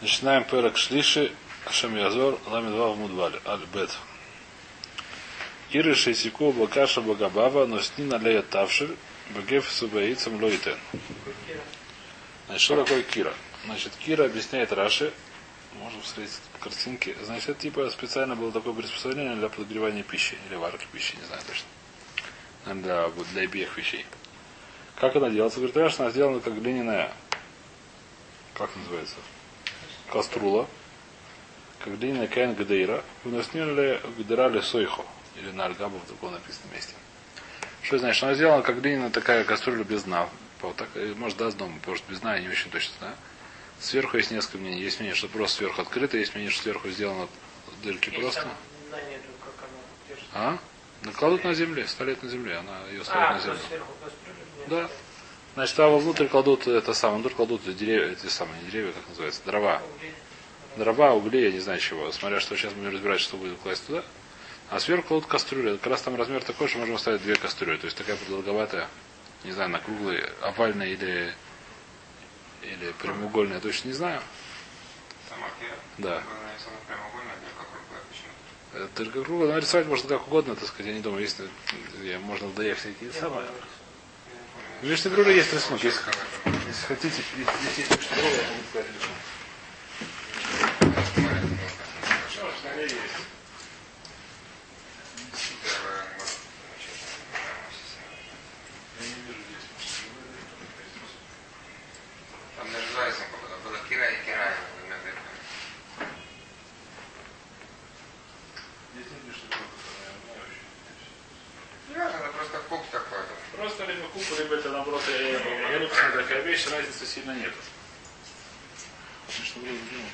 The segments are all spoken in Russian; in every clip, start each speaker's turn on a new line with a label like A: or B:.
A: Начинаем перек шлиши, Ашем Язор, Ламедва в Мудвале, Аль-Бет. Киры Шейсику Бакаша Багабава, но с ним налея Тавшир, Багеф Субаицам Лоитен. Значит, что такое Кира? Значит, Кира объясняет Раши, можно встретить картинки. Значит, это типа специально было такое приспособление для подогревания пищи, или варки пищи, не знаю точно. Для обеих вещей. Как она делается? Говорит, Раши, она сделана как глиняная, как называется? Каструла, как глиняная каин гадейра, выносили гадерали сойхо, или на альгабу в другом написанном месте. Что значит? Она сделана как глиняная такая кастрюля без дна. Так, может, да, с дома, потому что без дна я не очень точно знаю. Сверху есть несколько мнений. Есть мнение, что просто сверху открыто, есть мнение, что сверху сделано дырки есть просто. А? Ну, кладут на земле, 100 лет на земле, она ее ставит на землю. Да. Значит, а вовнутрь кладут это самое, внутрь кладут деревья, эти самые, не деревья, как называется, дрова. Дрова, угли, я не знаю чего. Смотря что сейчас будем разбирать, что будет класть туда. А сверху кладут кастрюли. Как раз там размер такой, что можем оставить две кастрюли. То есть такая продолговатая, не знаю, на круглой, овальная или прямоугольная, точно не знаю. Да. Это круглая, но рисовать можно как угодно, так сказать, я не думаю, если можно вдоять всякие самые. В Мишне Бруре есть рисунок, если хотите, если есть Мишне Бруре, я могу сказать рисунок.
B: Там между зайцем было кира и кира. Это просто куб такой.
A: Просто либо куб, либо это наоборот эллипсная такая вещь, разницы сильно нет. Что вроде делать?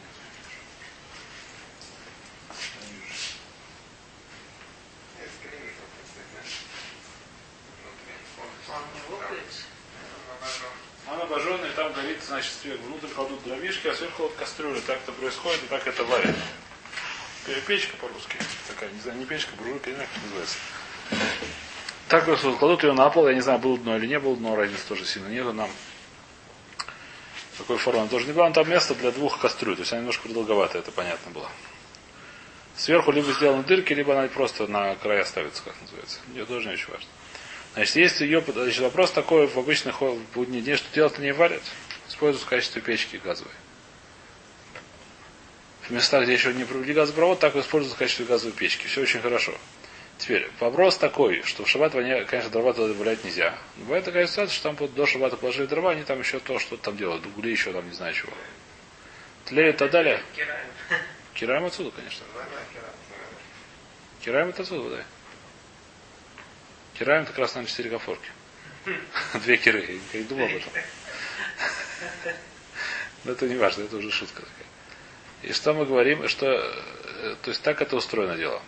A: Он обожженный, там горит, значит, сверху. Внутрь кладут дровишки, а сверху вот кастрюля. Так это происходит, и так это варят. Печка по-русски. Такая, не знаю, не печка, буржуйка, не знаю, как называется. Так кладут ее на пол, я не знаю, было дно или не было дно, разницы тоже сильно нету нам. Такой формы тоже не было, там место для двух кастрюль, то есть она немножко продолговатая, это понятно было. Сверху либо сделаны дырки, либо она просто на края ставится, как называется. Ее тоже не очень важно. Значит, если ее, значит, вопрос такой в обычных будних дней, что делать не варят, используют в качестве печки газовой. В местах, где еще не провели газопровод, так используют в качестве газовой печки. Все очень хорошо. Теперь, вопрос такой, что в шаббат, конечно, дрова туда добавлять нельзя. Но бывает такая ситуация, что там до шаббата положили дрова, они там еще то, что там делают, угли еще там не знаю чего. Тлеют и так далее. Кираем отсюда, конечно. Кираем это отсюда, да. Кираем это как раз на 4 кофорки. 2 киры, я не думал об этом. Но это не важно, это уже шутка такая. И что мы говорим, что, то есть так это устроено дело.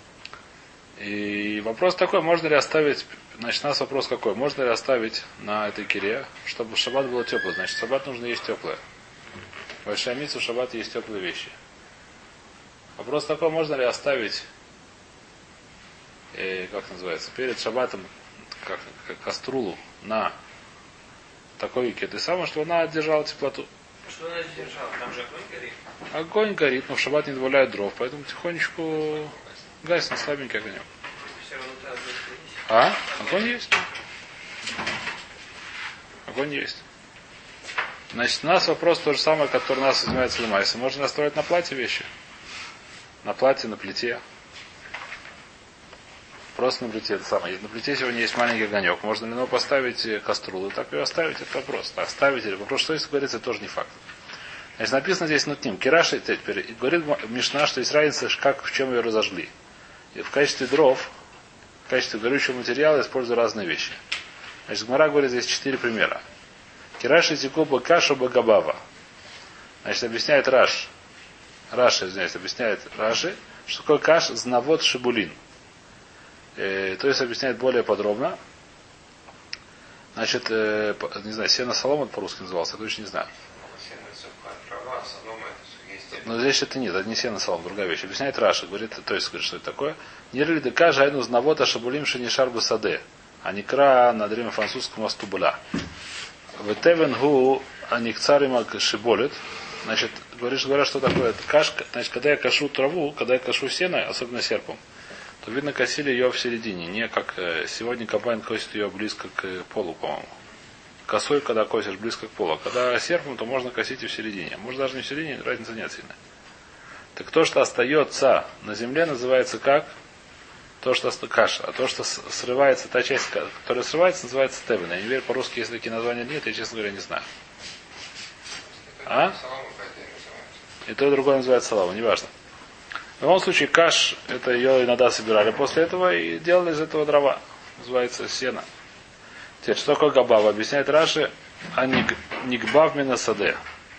A: И вопрос такой, можно ли оставить, значит, у нас вопрос какой, можно ли оставить на этой кире, чтобы шаббат было теплый. Значит, в шаббат нужно есть теплое. Большая митцва в шаббат есть теплые вещи. Вопрос такой, можно ли оставить, как называется, перед шаббатом как каструлу на такой кеты самое, чтобы она держала теплоту.
B: Что она держала? Там же огонь горит.
A: Огонь горит, но в шаббат не добавляют дров, поэтому потихонечку гаснет слабенький огонек. А? Огонь есть. Огонь есть. Значит, у нас вопрос то же самое, который нас занимается Лемайса. Можно настроить на платье вещи. На платье, на плите. Просто на плите это самое. На плите сегодня есть маленький огонек. Можно ли на него поставить каструлу, так ее оставить, это вопрос. Оставить или вопрос, что если говорится, это тоже не факт. Значит, написано здесь над ним. Кираши, теперь говорит Мишна, что есть разница, как, в чем ее разожгли. И в качестве дров, в качестве горючего материала используют разные вещи. Значит, Гмара говорит здесь 4 примера. Кираши тикуба каша багабава. Значит, объясняет Раши, извиняюсь, объясняет Раши, что такое каш знавод шибулин. То есть объясняет более подробно. Значит, не знаю, сено солома по-русски назывался, я точно не знаю. Но здесь это нет, это не сено солома, другая вещь. Объясняет Раши, говорит, то есть говорит, что это такое. Нерли дека жайну знавота шабулим шенишарбу саде. А не кра на древнем французском астубуля. В Тевенгу аникцарима шиболит. Значит, говорят, что такое кашка. Значит, когда я кашу траву, когда я кашу сено, особенно серпом, то видно, косили ее в середине. Не как сегодня комбайн косит ее близко к полу, по-моему. Косой, когда косишь близко к полу. А когда серпом, то можно косить и в середине. Может даже не в середине, разницы нет сильно. Так то, что остается на земле, называется как? То, что каша. А то, что срывается, та часть, которая срывается, называется тевен. Я не верю по-русски, если такие названия нет, я, честно говоря, не знаю. А? И то, и другое называется салава, неважно. В любом случае, каш, это ее иногда собирали после этого и делали из этого дрова. Называется сено. Теперь, что такое габава? Объясняет Раши, а нигбав минасаде.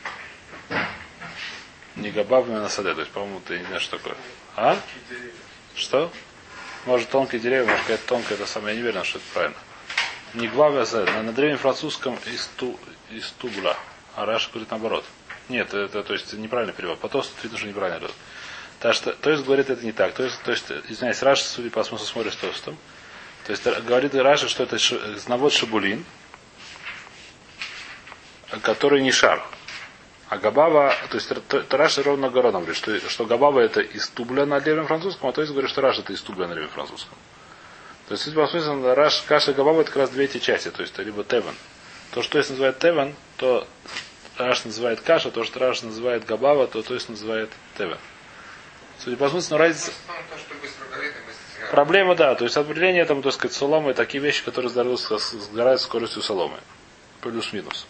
A: Нигабав минасаде. То есть, по-моему, ты не знаешь, что такое. А? Что? Может, тонкие деревья, может, какая-то тонкая, это самое, я не уверен, что это правильно. Нигбав минасаде. На древнефранцузском из тубла. А Раши говорит наоборот. Нет, это то есть неправильный перевод. По тосту видно, что неправильный перевод. То есть говорит это не так. То есть извиняюсь, Раши, судя по смыслу, смотрит с тостом. То есть говорит Раши, что это знавод шабулин, который не шар. А габава, то есть Раши ровно гороном говорит, что габава это из тубля на древнем французском, а то есть говорит, что Раши это из тубля на древнем французском. То есть, судя по смыслу, каша и габава это как раз две эти части, то есть это либо тевен. То, что есть называет тевен, то Раш называет каша, то, что Раш называет габава, то есть называет тевен. Судя по смыслу, разница. Проблема, да, то есть определение этому, так сказать, соломы, такие вещи, которые сгорают скоростью соломы. Плюс-минус.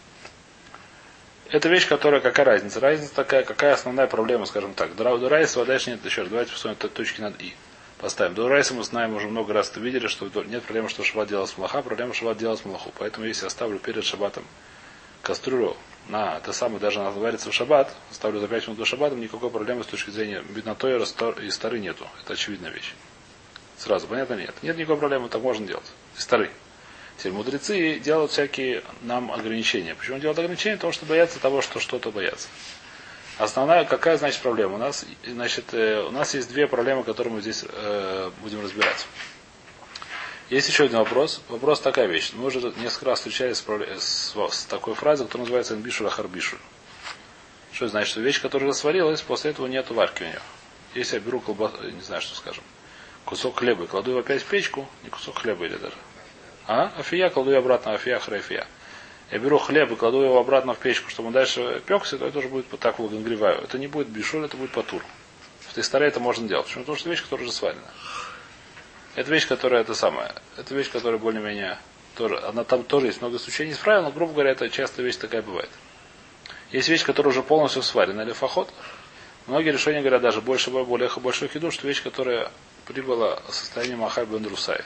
A: Это вещь, которая, какая разница? Разница такая, какая основная проблема, скажем так. До райса дальше нет, еще раз, давайте посмотрим точки над и. Поставим. До райса мы знаем, уже много раз это видели, что нет проблемы, что шаббат делал с малаха, проблема шаббат делал с малаху. Поэтому если я ставлю перед шаббатом кастрюлю на это самое, даже она варится в шаббат, ставлю за 5 минут до шаббата, никакой проблемы с точки зрения беднотой и стары нету. Это очевидная вещь. Сразу, понятно, нет. Нет никакой проблемы, так можно делать. И стары. Теперь мудрецы делают всякие нам ограничения. Почему делают ограничения? Потому что боятся того, что что-то боятся. Основная, какая, значит, проблема? У нас есть две проблемы, которые мы здесь будем разбирать. Есть еще один вопрос. Вопрос такая вещь. Мы уже несколько раз встречались с такой фразой, которая называется «энбишуль ахарбишуль». Что это значит? Что вещь, которая сварилась, после этого нету варки у нее. Если я беру колбасу, не знаю, что скажем, кусок хлеба и кладу его опять в печку, не кусок хлеба или даже. Афия кладу ее обратно, афия хрефия. Я беру хлеб и кладу его обратно в печку, чтобы он дальше пекся, то это уже будет так нагреваю. Это не будет бишуль, это будет патур. В Тейстаре это можно делать. Почему? Потому что это вещь, которая уже сварена. Это вещь, которая это самое. Это вещь, которая более-менее тоже. Там тоже есть много исключений из правил, но, грубо говоря, это часто вещь такая бывает. Есть вещь, которая уже полностью сварена, или фахот. Многие решения говорят даже больше хиду, что вещь, которая прибыла в состоянии махаль бен русай.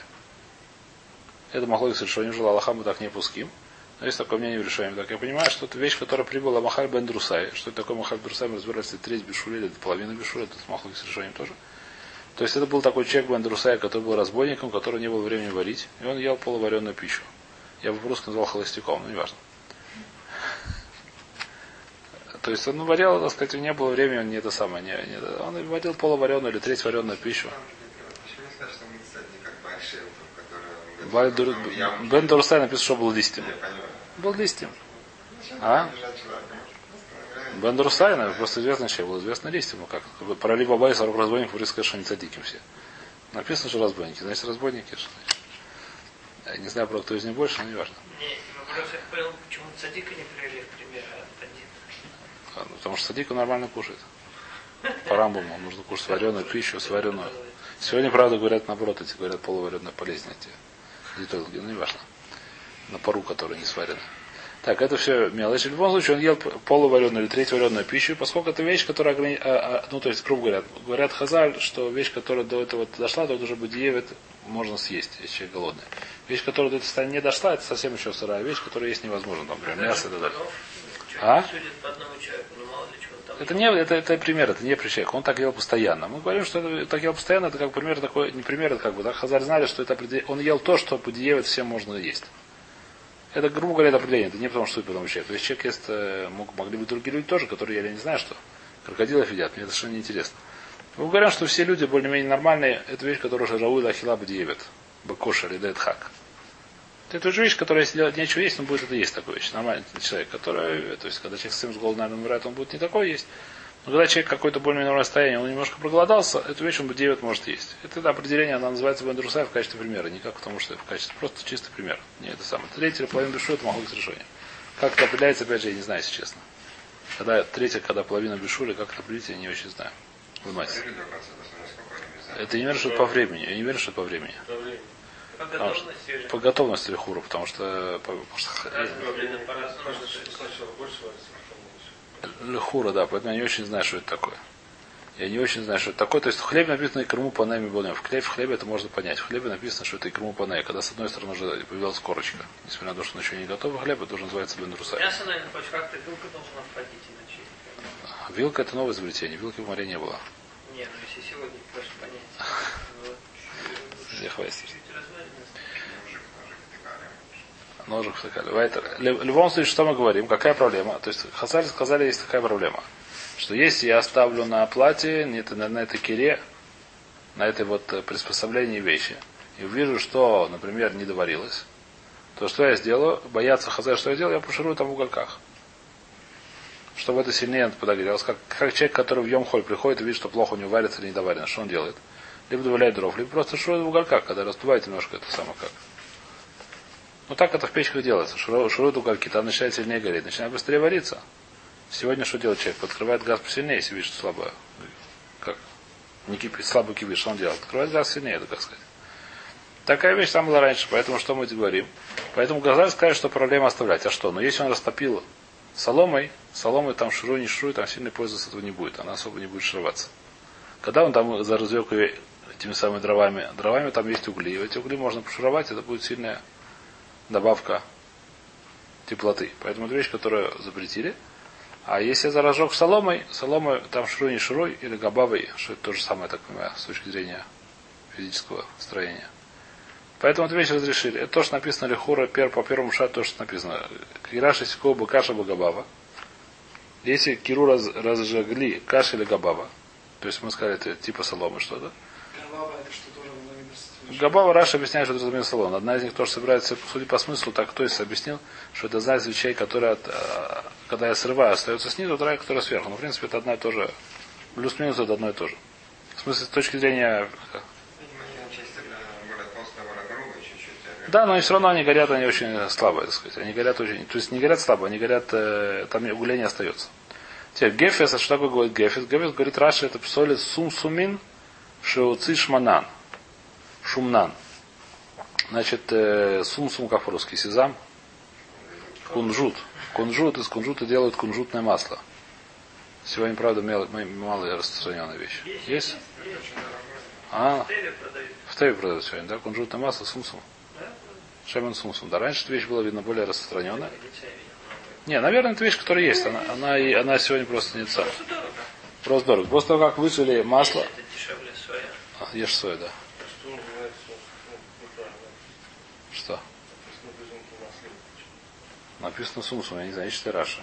A: Это могло быть решение, жила Аллаха, мы так не пуским. Но есть такое мнение в решении. Так я понимаю, что это вещь, которая прибыла махаль бен русай. Что это такое махаль бен русай, мы разбирались, это треть бешули, или половина бешули, это могло быть решением тоже. То есть это был такой человек бен русай, который был разбойником, у которого не было времени варить, и он ел полувареную пищу. Я бы по-русски назвал холостяком, но неважно. То есть он варил, так сказать, не было времени, он не это самое, он варил полувареную или треть вареную пищу. Бен Дурсай написано, что был листьем. Был листьем. А? Бен Дурсай, просто известный человек, был известный листьем. Ну как? Про Али Баба и 40 разбойников вы сказать, что они цадики все. Написано, что разбойники. Значит, разбойники. Что? Я не знаю, про кто из них больше, но не важно.
C: Я понял, почему цадика не привели в пример,
A: потому что цадика нормально кушает. По рамбаму нужно кушать вареную пищу, сваренную. Сегодня, правда, говорят наоборот, эти говорят полувареную полезнее. Детольги, ну не важно. На пару, которая не сварена. Так, это все мелочь. В любом случае, он ел полувареную или треть вареную пищу, поскольку это вещь, которая ну, то есть, грубо говорят Хазаль, что вещь, которая до этого дошла, то уже будиевит, можно съесть, если человек голодный. Вещь, которая до этого состояния не дошла, это совсем еще сырая вещь, которая есть невозможно, там, например, мясо и так далее. Это пример, это не человек. Он так ел постоянно. Мы говорим, что это так ел постоянно, это как пример такой, не пример, это как бы, да, Хазаль знали, что это он ел то, что по диеве всем можно есть. Это, грубо говоря, это определение. Это не потому, что потому человек. То есть человек ест, могли быть другие люди тоже, которые ели, не знаю что. Крокодилов едят, мне это совершенно неинтересно. Мы говорим, что все люди более-менее нормальные, это вещь, которая уже рауила ахила бдиевет. Бакоша или дает хак. Это уже вещь, которая, если делать нечего есть, он будет это есть такой вещь. Нормальный человек, который, то есть, когда человек совсем с голоду, наверное, умирает, он будет не такой есть. Но когда человек какой-то более-менее нормальное состояние, он немножко проголодался, эту вещь он бы 9 может есть. Это определение, она называется Бендрусай в качестве примера, не как потому что в качестве, просто чистый пример. Не это самое. Третья половина бешу, это махлок с решением. Как это определяется, опять же, я не знаю, если честно. Когда третья, когда половина бешули, как это определить, я не очень знаю. Вымать. Это не верно, что это по времени. Я не верю, что это по времени. По готовности лихура, потому что лихура, да, поэтому я не очень знаю, что это такое. Я не очень знаю, что это такое. То есть в хлебе написано и корму панами более. В хлебе это можно понять. В хлебе написано, что это и корму панай. Когда с одной стороны уже появилась корочка. Несмотря на то, что он еще не готовый хлеб, это уже называется бендрусай.
C: Мясо, наверное, хоть как-то вилка должна входить иначе.
A: Вилка это новое изобретение. Вилки в море не было.
C: Не, ну если сегодня просто понять.
A: Я хвастаюсь. Ножик втыкали. В любом случае, что мы говорим? Какая проблема? То есть, Хазаль сказали, есть такая проблема. Что если я оставлю на платье, на этой кире, на этой вот приспособлении вещи, и увижу, что, например, не доварилось, то что я сделаю? Бояться Хазаль, что я делаю? Я поширую там в угольках. Чтобы это сильнее подогрелось. Как человек, который в Йом-Холь приходит и видит, что плохо у него варится или не доварено. Что он делает? Либо добавляет дров, либо просто шурует в угольках, когда раздувает немножко это самое как. Ну так это в печках делается. Шуруют угольки, там начинает сильнее гореть, начинает быстрее вариться. Сегодня что делает человек? Подкрывает газ посильнее, если видит, что слабо. Как? Не кипит, слабо кипит, что он делает? Открывает газ сильнее, это как сказать. Такая вещь там была раньше, поэтому что мы говорим? Поэтому Газаль скажет, что проблема оставлять. А что? Но если он растопил соломой там шуруй, не шуруй, там сильной пользы с этого не будет. Она особо не будет шароваться. Когда он там развел этими самыми дровами там есть угли. И эти угли можно пошуровать, это будет сильная добавка теплоты. Поэтому это вещь, которую запретили. А если я разжег соломой там шуруй, не шуруй, или габавой, что это то же самое, так понимаю, с точки зрения физического строения. Поэтому эту вещь разрешили. Это то, что написано лихура, по первому шату, то, что написано. Кираши сикоба каша багабава. Если киру разжигли каша или габава, то есть мы сказали, это типа соломы что-то.
D: Габава это что тоже
A: Габава Раша объясняет, что это разумеется солома. Одна из них тоже собирается, судя по смыслу, так кто из объяснил, что это одна из вещей, которая, когда я срываю, остается снизу, другая, которая сверху. Но в принципе это одна и то же. Плюс-минус это одно и то же. В смысле, с точки зрения. Да, но все равно они горят, они очень слабые, так сказать. Они горят очень. То есть не горят слабо, они горят, там угля не остается. Теперь гефес, а что такое говорит гефес? Гефес говорит Раша, это псолит сум-сумин шеуци шманан. Шумнан. Значит, сум-сум как по-русски, сезам. Кунжут. Кунжут, из кунжута делают кунжутное масло. Сегодня, правда, мало распространенная вещь. Есть? В Теве продают сегодня, да? Кунжутное масло, сум-сум. Шемен сум-сум. Да, раньше эта вещь была, видно, более распространенная. Не, наверное, это вещь, которая есть. Она сегодня просто не самая. Просто дорого. После того, как выжили масло. Ешь соя, да. Что? Написано сумсум, я не знаю, ищите Раша.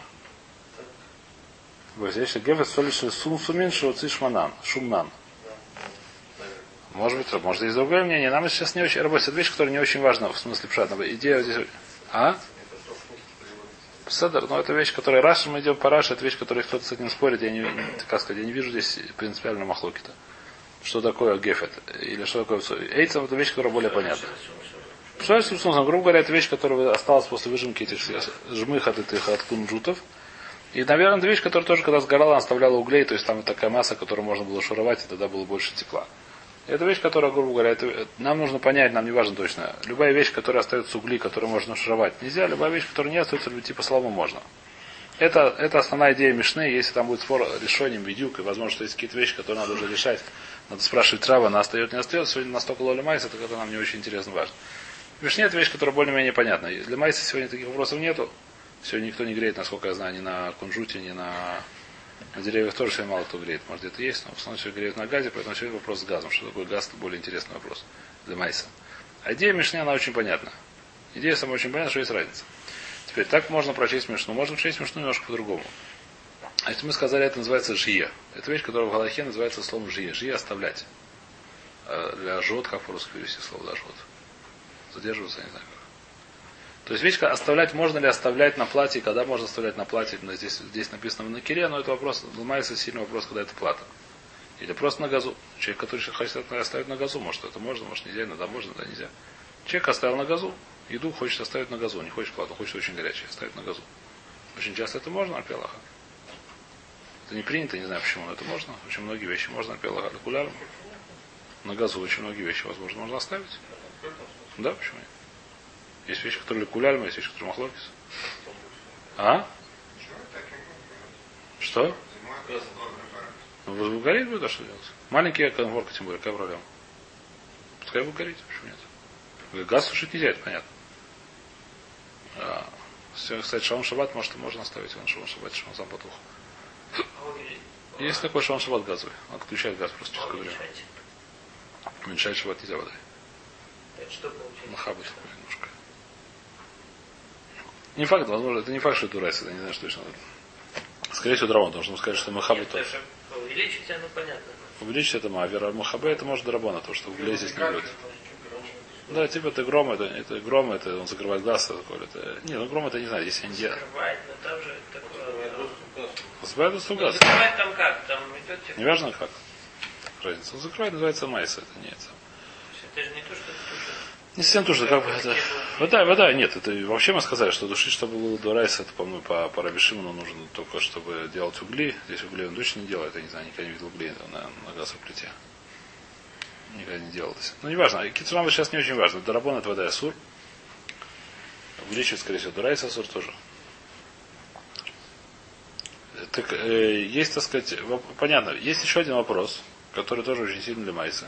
A: Если гефес солишь сумсумин, шоуци шманан, шумнан. Может быть, может есть другое мнение. Нам сейчас не очень работает. Это вещь, которая не очень важна в смысле пшатного. Идея здесь. Седер, но это вещь, которая Раша, мы идем по Раше, это вещь, которая кто-то с этим спорит, я не вижу здесь принципиально махлокита. Что такое гефет? Или что такое эйцем, это вещь, которая более понятна. Пшаль сумсум, грубо говоря, это вещь, которая осталась после выжимки этих жмых от кунжутов. И, наверное, это вещь, которая тоже, когда сгорала, она оставляла углей, то есть там такая масса, которую можно было шуровать, и тогда было больше тепла. Это вещь, которая, грубо говоря, нам нужно понять, нам не важно точно. Любая вещь, которая остается угли, которую можно шуровать, нельзя. Любая вещь, которая не остается, типа соломы можно. Это основная идея Мишны. Если там будет спор решением, бедюк, и возможно, что есть какие-то вещи, которые надо уже решать, надо спрашивать трава, она остается, не остается. Сегодня настолько лоли майса, это когда нам не очень интересно важно. В Мишне это вещь, которая более-менее понятна. Для майса сегодня таких вопросов нету. Сегодня никто не греет, насколько я знаю, ни на кунжуте, ни на деревьях тоже сегодня мало кто греет. Может, где-то есть, но в основном все греют на газе, поэтому сегодня вопрос с газом. Что такое газ, это более интересный вопрос для майса. А идея Мишны, она очень понятна. Идея сама очень понятна, что есть разница. Теперь, так можно прочесть Мишну. Можно прочесть Мишну немножко по-другому. А если мы сказали, это называется жия. Это вещь, которая в Галахе называется словом жия. Жия оставлять. Для жот, как по-русски перевести слово для жот? Задерживаться, не знаю как. То есть вещь оставлять, можно ли оставлять на платье, когда можно оставлять на платье, но здесь написано в накире, но это вопрос, ломается сильный вопрос, когда это плата. Или просто на газу. Человек, который хочет оставить на газу, может это можно, может нельзя, иногда можно, иногда нельзя. Человек оставил на газу, еду хочет оставить на газу, не хочет плату, хочет очень горячее, оставить на газу. Очень часто это можно, альпи-Аллаха. Это не принято, не знаю почему, но это можно. Очень многие вещи можно, альпи-Аллаха, регулярно. На газу очень многие вещи, возможно, можно оставить. Да, почему нет? Есть вещи, которые лекуляльма, есть вещи, которые махлокис. А? Что? Ну, гореть будет, а что делать? Маленькие конфорка, тем более, какая проблема? Пускай будет гореть, почему нет? Газ сушить нельзя, это понятно. Кстати, шалом шаббат, может, и можно оставить, он шалом шаббат, что он сам потух. Есть такой шалом шаббат газовый. Он отключает газ просто через какое время. Уменьшать шаббат нельзя водой. Махабы такой немножко. Не факт, возможно, это не факт, что это урайс, это не знаю, что точно. Скорее всего, драбон, потому что мы сказали, что махабы то.
C: Увеличить, оно понятно.
A: Увеличить это мавер, а махабе это может драбона, то, что углей здесь не будет. Да, типа это гром, это он закрывает глаз, это такое. Это, не, ну гром это не знаю, здесь не делает.
C: Закрывает, но там же такое.
A: Закрывает это газ.
C: Закрывает там как? Там идет
A: Не важно как. Разница. Он закрывает, называется майса, это не это.
C: Это же не то, что тушит.
A: Не совсем тушит, как бы это. Вода, нет, это вообще мы сказали, что душить, чтобы было до райса, это, по-моему, по Раби Шимону нужно только, чтобы делать угли. Здесь угли он точно не делает, я не знаю, никогда не видел угли на газовой плите. Никогда не делалось. Ну, не важно. Кицурам сейчас не очень важно. Дарабон это вода асур. Увеличивает, скорее всего, дурайс асур тоже. Так, есть, так сказать, понятно. Есть еще один вопрос, который тоже очень сильный для майса.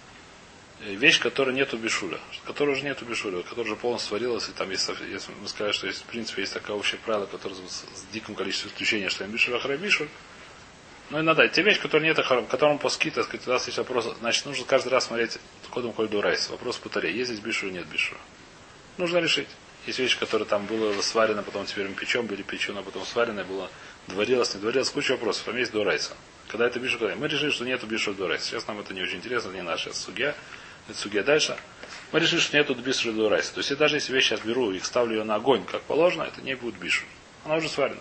A: Вещь, которой нету бишуля. Которой уже нету бишуля, которая уже полностью сварилась, и там есть, если мы сказали, что есть, в принципе, есть такое общее правило, которое с диким количеством исключения, что им бишуль ахра бишуль. Ну и надо. Те вещи, которые нет, в котором поски, так сказать, у нас есть вопрос, значит, нужно каждый раз смотреть кодом коль дурайс. Вопрос в батарее. Есть здесь бишуль или нет бишуль. Нужно решить. Есть вещи, которые там было сварено, потом теперь мы печем, были печено, а потом сварено, было дворилось, не дворилось, куча вопросов. Там есть дурайса. Когда это бишуль, когда мы решили, что нету бишуль дурайса. Сейчас нам это не очень интересно, это не наша судья. Это судья дальше. Мы решили, что нету бишуль дурайса. То есть, даже если вещь сейчас беру и ставлю ее на огонь, как положено, это не будет бишуль. Она уже сварена.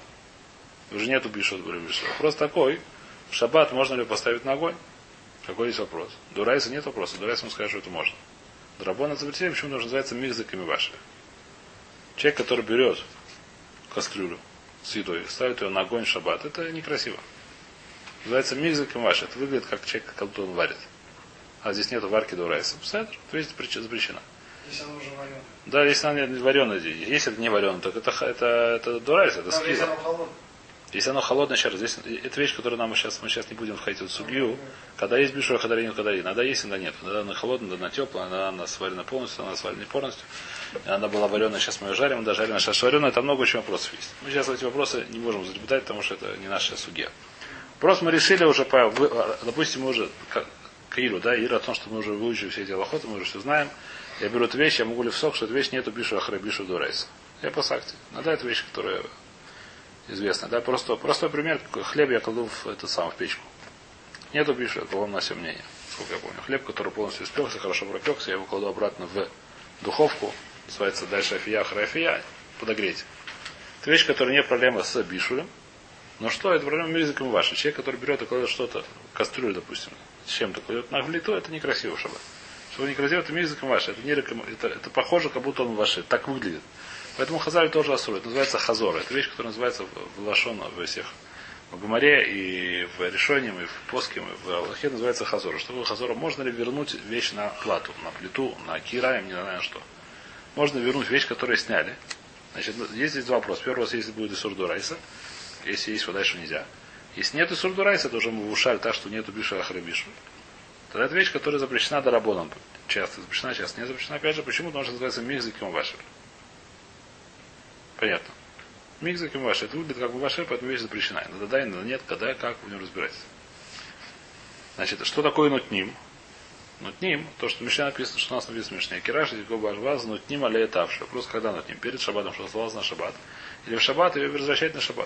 A: Уже нету бишуль. Вопрос такой. В шаббат можно ли поставить на огонь? Какой есть вопрос? Дурайса нет вопроса. Дурайса мы скажем, что это можно. Драбона запретили, почему нужно называется мигзаками ваши. Человек, который берет кастрюлю с едой, ставит ее на огонь в шаббат, это некрасиво. Называется мигзаками ваши. Это выглядит как человек, как будто он варит. А здесь нету варки дурайса. Псайдер, то есть запрещено.
D: Если она уже вареная.
A: Да, если она не вареная, если это не вареная, то это дурайса, это скилла.
D: Если она холодная.
A: Если оно холодное, еще раз, здесь это вещь, которую мы сейчас не будем входить в судью. Когда есть бишур хадарин, хадарин. Иногда есть, иногда нет. Иногда она холодная, иногда она теплая, иногда она сварена полностью, она сварена не полностью. Она была вареная, сейчас мы ее жарим, да, жареная, сейчас вареная, там много очень вопросов есть. Мы сейчас эти вопросы не можем заблюдать, потому что это не наша судья. Вопрос мы решили уже, допустим, мы уже Каиру, да, Ира о том, что мы уже выучили все эти алахоты, мы уже все знаем. Я беру эту вещь, я могу ли в сок, что эту вещь нету бишу ахра бишу дурайса. Я по сакте. Иногда это вещь, которая известно. Да, простой пример. Хлеб я кладу в печку. Нету бишу, это по-моему, на все мнение. Сколько я помню. Хлеб, который полностью испекся, хорошо пропекся, я его кладу обратно в духовку. Называется дальше афия, храфия, подогреть. Это вещь, которая не проблема с бишулем. Но что, это проблема языком ваша. Человек, который берет и кладет что-то, кастрюлю, допустим, с чем-то кладет на плиту, это некрасиво, чтобы. Чтобы некрасиво, это языком ваше. Это похоже, как будто он ваше. Так выглядит. Поэтому хазаль тоже асур. Это называется хазор. Это вещь, которая называется в лашон, в всех. В Гумаре и в Решоним, и в Поским, и в Аллахе называется хазор. Что такое хазор? Можно ли вернуть вещь на плату, на плиту, на кираем, не знаю что. Можно вернуть вещь, которую сняли. Значит, есть здесь два вопроса. Первый вопрос, если будет исур дурайса. Если есть, дальше нельзя. Если нет исур дурайса, то уже мы ушали так, что нету бишу ахрабишу. Тогда это вещь, которая запрещена дарабоном. Часто запрещена, часто не запрещена. Опять же, почему? Потому что называется михзаким вашер. Понятно. Михзаким вашер. Это выглядит как вашер, поэтому вещь запрещена. Иногда да, иногда нет, когда, как, будем разбираться. Значит, что такое нутним? Нутним, то, что в Мишне написано, что у нас написано в Мишне. Кираш, Дикобашваз, нутним алея тавши. Вопрос, когда нутним? Перед шаббатом, что оставалось на шаббат. Или в шаббат ее возвращать на шаббат.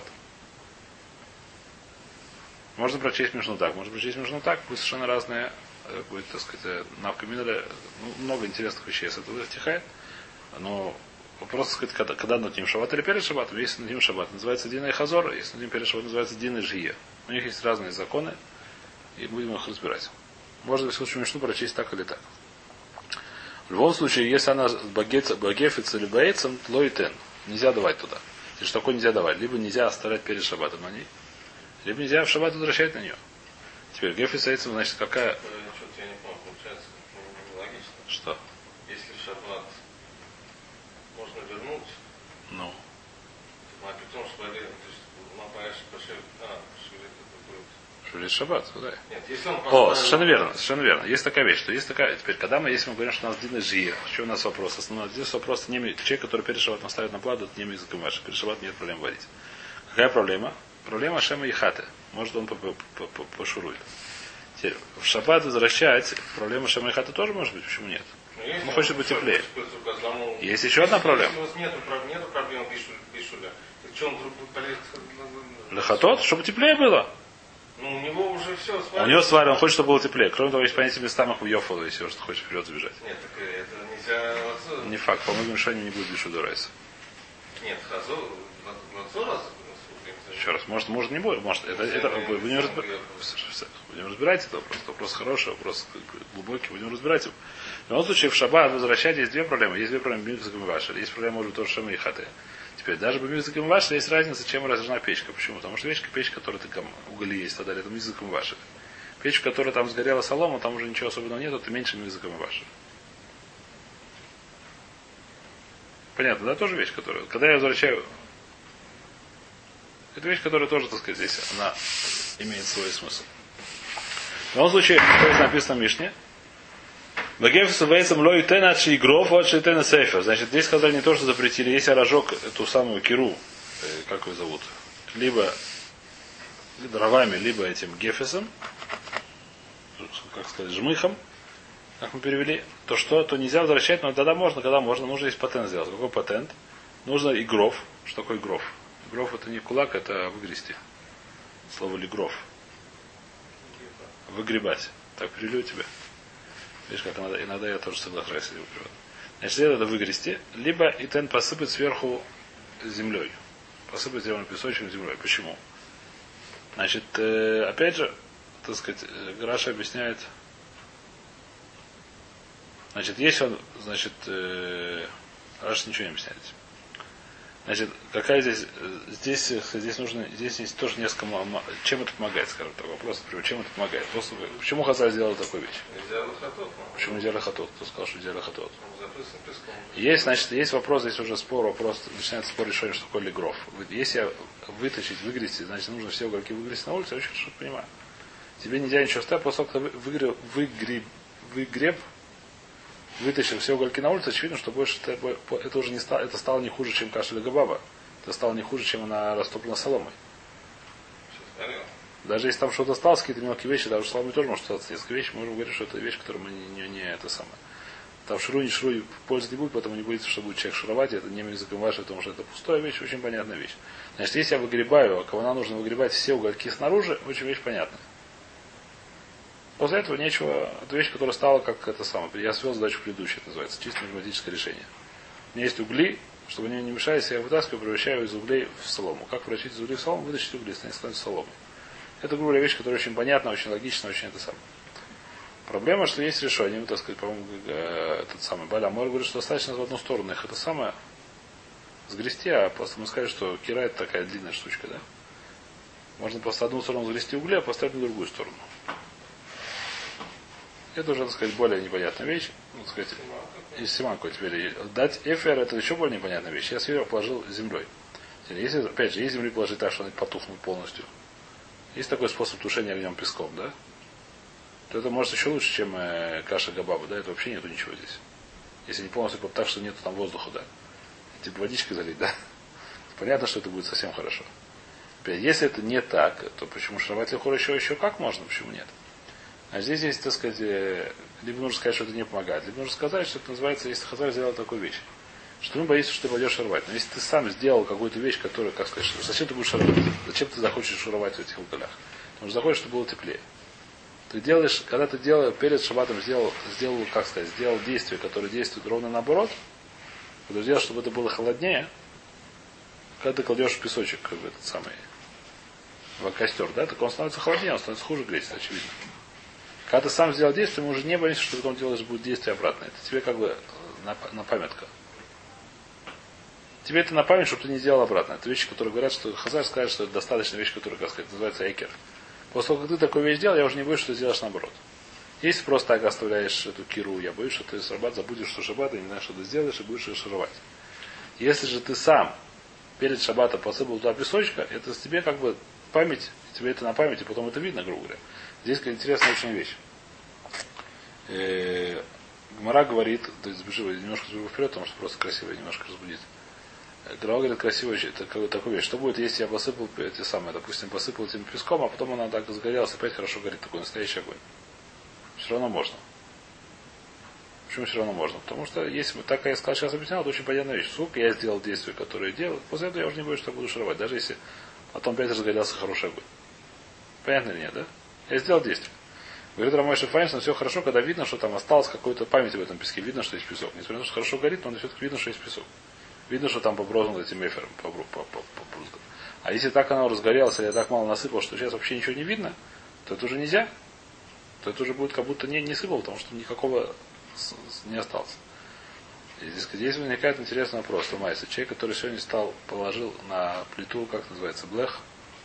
A: Можно прочесть Мишну так, можно прочесть Мишну так, будет совершенно разные, будет, так сказать, навка минуля, много интересных вещей с этого стиха, но Вопрос, сказать, когда нутим шаббат или перед шаббатом. Если нутим шаббат, называется Дина и Хазор, если нутим перед шаббат, называется Дина и Жия. У них есть разные законы, и будем их разбирать. Можно в случае Мишну прочесть так или так. В любом случае, если она багефица или боецем, лойтен. Нельзя давать туда. Что такое нельзя давать? Либо нельзя оставлять перед шаббатом на ней, либо нельзя в шаббат возвращать на нее. Теперь гефица боецем, значит, какая...
E: Что-то я не понял, получается, нелогично.
A: Что?
E: Если шаббат можно вернуть,
A: Ну.
E: а потом швали, то есть лапаешь пошли,
A: Шулит шаббат, да.
E: Нет, если он
A: О,
E: поставил...
A: совершенно верно, совершенно верно. Есть такая вещь, что есть такая. Теперь, когда если мы говорим, что у нас Дина Жия, что у нас вопрос? Основной здесь вопрос не человек, который перед шаббатом ставит на плату, это не языком вашим. Перед шаббатом нет проблем варить. Какая проблема? Проблема Шема и Хаты. Может, он пошурует. Теперь, в шаббат возвращать, проблема Шема и Хаты тоже может быть, почему нет? Он хочет быть теплее. Есть еще одна проблема.
E: Если у вас нету проблем Бишуля, так что он вдруг полезет?
A: Лехатот, чтобы теплее было.
E: Ну, у него уже все сварено.
A: У него сварено, он хочет, чтобы было теплее. Кроме того, есть понятие местамах в Йофалу, если он хочет вперед забежать.
E: Нет, так это нельзя...
A: Не факт, по многим решениям не будет Бишу Дурайса.
E: Нет, Лацора...
A: Еще раз, может не будет, может, это вы не разбираете это вопрос хороший, вопрос глубокий, будем разбирать его. В любом случае, в шаббат возвращать есть две проблемы. Есть две проблемы Бимиза Гамиваша, есть проблема, может быть, тоже Шема и Хаты. Теперь, даже в Бимиза Гамиваша есть разница, чем разжена печка. Почему? Потому что печь, которая ты угли есть, и так далее, это Бимиза Гамиваша. Печь, в которой там сгорела солома, там уже ничего особенного нет, это меньше Бимиза Гамиваша. Понятно, да? Тоже вещь, которая... Когда я возвращаю... Это вещь, которая тоже, так сказать, здесь, она имеет свой смысл. В любом случае, что здесь написано в Мишне? Багефису вейцем лой тена игров от шейтена сейфер. Значит, здесь сказали не то, что запретили, если я разжег эту самую киру, как ее зовут, либо дровами, либо этим гефисом, как сказать, жмыхом, как мы перевели, то что, то нельзя возвращать, но тогда можно, когда можно, нужно есть патент сделать. Какой патент? Нужно игров. Что такое игров? Игров это не кулак, это выгрести. Слово лигров. Выгребать. Так перевели у тебя. Видишь, как иногда я тоже соглашаюсь с этим переводом. Значит, это выгрести, либо итен посыпать сверху землей. Посыпать его песочным землей. Почему? Значит, опять же, так сказать, Раша объясняет. Значит, если он, значит, Раша ничего не объясняет. Значит, какая здесь нужно, здесь есть тоже несколько, чем это помогает, скажем так, вопрос, например, чем это помогает. Почему Хазаль сделал такую вещь?
E: Нельзя лохотот.
A: Почему нельзя лохотот? Кто сказал, что нельзя лохотот? Есть, значит, есть вопрос, здесь уже спор, вопрос, начинается спор решения, что такое лигров. Если вытащить, выгрести, значит, нужно все угольки выгрести на улице, я очень хорошо понимаю. Тебе нельзя ничего ставить, после того, как ты выгреб, вытащил все угольки на улицу, очевидно, что больше это уже не стало, это стало не хуже, чем каша габаба. Это стало не хуже, чем она растоплена соломой. Даже если там что-то осталось, какие-то мелкие вещи, даже соломой тоже может остаться несколько вещей, мы можем говорить, что это вещь, которую мы не это самое. Там шуруй, не шуруй, пользы не будет, потому не будет, что будет человек шуровать, это не языком ваше, потому что это пустая вещь, очень понятная вещь. Значит, если я выгребаю, а кого нам нужно выгребать все угольки снаружи, очень вещь понятная. После этого нечего, это вещь, которая стала как это самое. Я свел задачу предыдущей, это называется, чисто математическое решение. У меня есть угли, чтобы они не мешались, я их вытаскиваю, превращаю из углей в солому. Как превратить из углей в солому? Вытащить угли, станет соломой. Это, грубо говоря, вещь, которая очень понятна, очень логична, очень это самое. Проблема, что есть решение, так сказать, по-моему, этот самый Баля Мор говорит, что достаточно в одну сторону их это самое сгрести, а просто мы сказали, что кира это такая длинная штучка, да? Можно просто одну сторону сгрести угли, а поставить на другую сторону. Это уже, так сказать, более непонятная вещь. Ну, так сказать, из Симанку теперь. Дать эфир это еще более непонятная вещь. Я сверху положил землей. Если, опять же, есть земли положить так, что они потухнут полностью. Есть такой способ тушения огнем песком, да? То это может еще лучше, чем каша габаба, да? Это вообще нету ничего здесь. Если не полностью так, что нету там воздуха, да? Типа водичкой залить, да? Понятно, что это будет совсем хорошо. Опять, если это не так, то почему шаровать лихор еще как можно, почему нет? А здесь есть, так сказать, либо нужно сказать, что это не помогает, либо нужно сказать, что это называется, если Хазаль сделал такую вещь, что мы боимся, что ты пойдешь шаровать. Но если ты сам сделал какую-то вещь, которая, как сказать, что зачем ты будешь шаровать? Зачем ты захочешь шаровать в этих уголях? Потому что захочешь, чтобы было теплее. Ты делаешь, когда ты делаешь, перед шаббатом сделал, как сказать, сделал действие, которое действует ровно наоборот, Когда делаешь, чтобы это было холоднее, когда ты кладешь песочек, как бы этот самый в костер, да, так он становится холоднее, он становится хуже греть, очевидно. Когда ты сам сделал действие, мы уже не боимся, что потом делаешь будет действие обратное. Это тебе как бы на памятка. Тебе это на память, чтобы ты не делал обратно. Это вещи, которые говорят, что Хазар скажет, что это достаточная вещь, которая, как сказать, называется экер. После того, как ты такую вещь делал, я уже не боюсь, что ты сделаешь наоборот. Если просто так оставляешь эту киру, я боюсь, что ты шаббат забудешь, что шаббат, и не знаешь, что ты сделаешь, и будешь ее шаровать. Если же ты сам перед шаббатом посыпал туда песочка, это тебе как бы память, тебе это на память, и потом это видно, грубо говоря. Здесь интересная очень вещь. Гмара говорит, то есть немножко вперед, потому что просто красиво немножко разбудит. Гмара говорит красивая такую вещь. Что будет, если я посыпал эти самые, допустим, посыпал этим песком, а потом она так загорелась, опять хорошо горит, такой настоящий огонь. Все равно можно. Почему все равно можно? Потому что если так, как я сказал, сейчас объяснял, это очень понятная вещь. Сколько я сделал действия, которые делал, после этого я уже не боюсь, что я буду шаровать, даже если потом опять разгорелся хороший огонь. Понятно или нет, да? Я сделал действие. Говорит Рамой Шефайнсон, все хорошо, когда видно, что там осталась какая-то память об этом песке, видно, что есть песок. Несмотря на то, что хорошо горит, но все-таки видно, что есть песок. Видно, что там поброзан этим эфиром, побрузган. А если так оно разгорелось, или я так мало насыпал, что сейчас вообще ничего не видно, то это уже нельзя. То это уже будет как будто не сыпал, потому что никакого не осталось. И здесь возникает интересный вопрос. Ломается. Человек, который сегодня положил на плиту, как называется, блэх.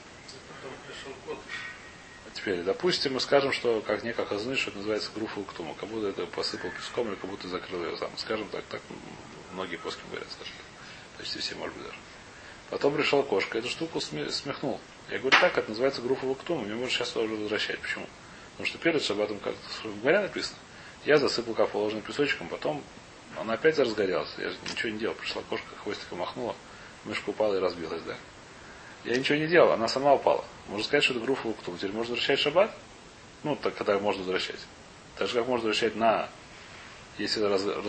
A: Теперь, допустим, мы скажем, что как некак хазуныш, что это называется груфу ктума, как будто это посыпал песком или как будто закрыл ее сам. Скажем так многие после говорят, скажем так. Почти все, может быть, даже. Потом пришла кошка, эту штуку смехнул. Я говорю, так, это называется груфу ктума, мне можно сейчас тоже возвращать. Почему? Потому что перед шаббатом, как в горе написано, я засыпал как положенным песочком, потом она опять разгорелась. Я же ничего не делал. Пришла кошка, хвостиком махнула, мышка упала и разбилась, да. Я ничего не делал, она сама упала. Можно сказать, что это груфа уктум. Теперь можно возвращать шаббат? Ну, так когда можно возвращать. Так же, как можно возвращать на... Если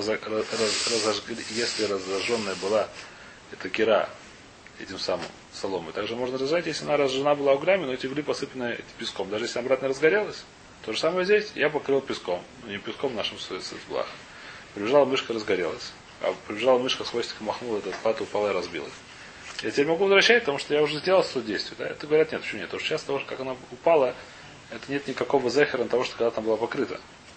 A: разожженная была эта кира этим самым соломой. Также можно разжать, если она разжжена была углями, но эти угли посыпаны песком. Даже если она обратно разгорелась, то же самое здесь. Я покрыл песком. Ну, не песком нашим блах. Прибежала мышка, разгорелась. А прибежала мышка с хвостиком махнула, этот пат упала и разбилась. Я теперь могу возвращать, потому что я уже сделал свое действие. Да? Это говорят, нет, почему нет? Потому что сейчас того, как она упала, это нет никакого зехера того, что когда там была покрыта.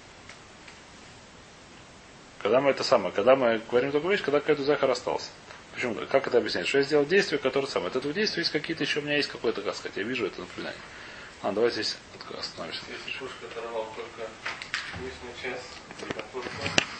A: Когда мы говорим такую вещь, когда какой-то захар остался. Почему? Как это объяснять? Что я сделал действие, которое самое. От этого действия есть какие-то еще, у меня есть какое-то, как сказать, я вижу это напоминание. Давайте здесь остановимся.
E: Если пушка оторвал только нижнюю часть,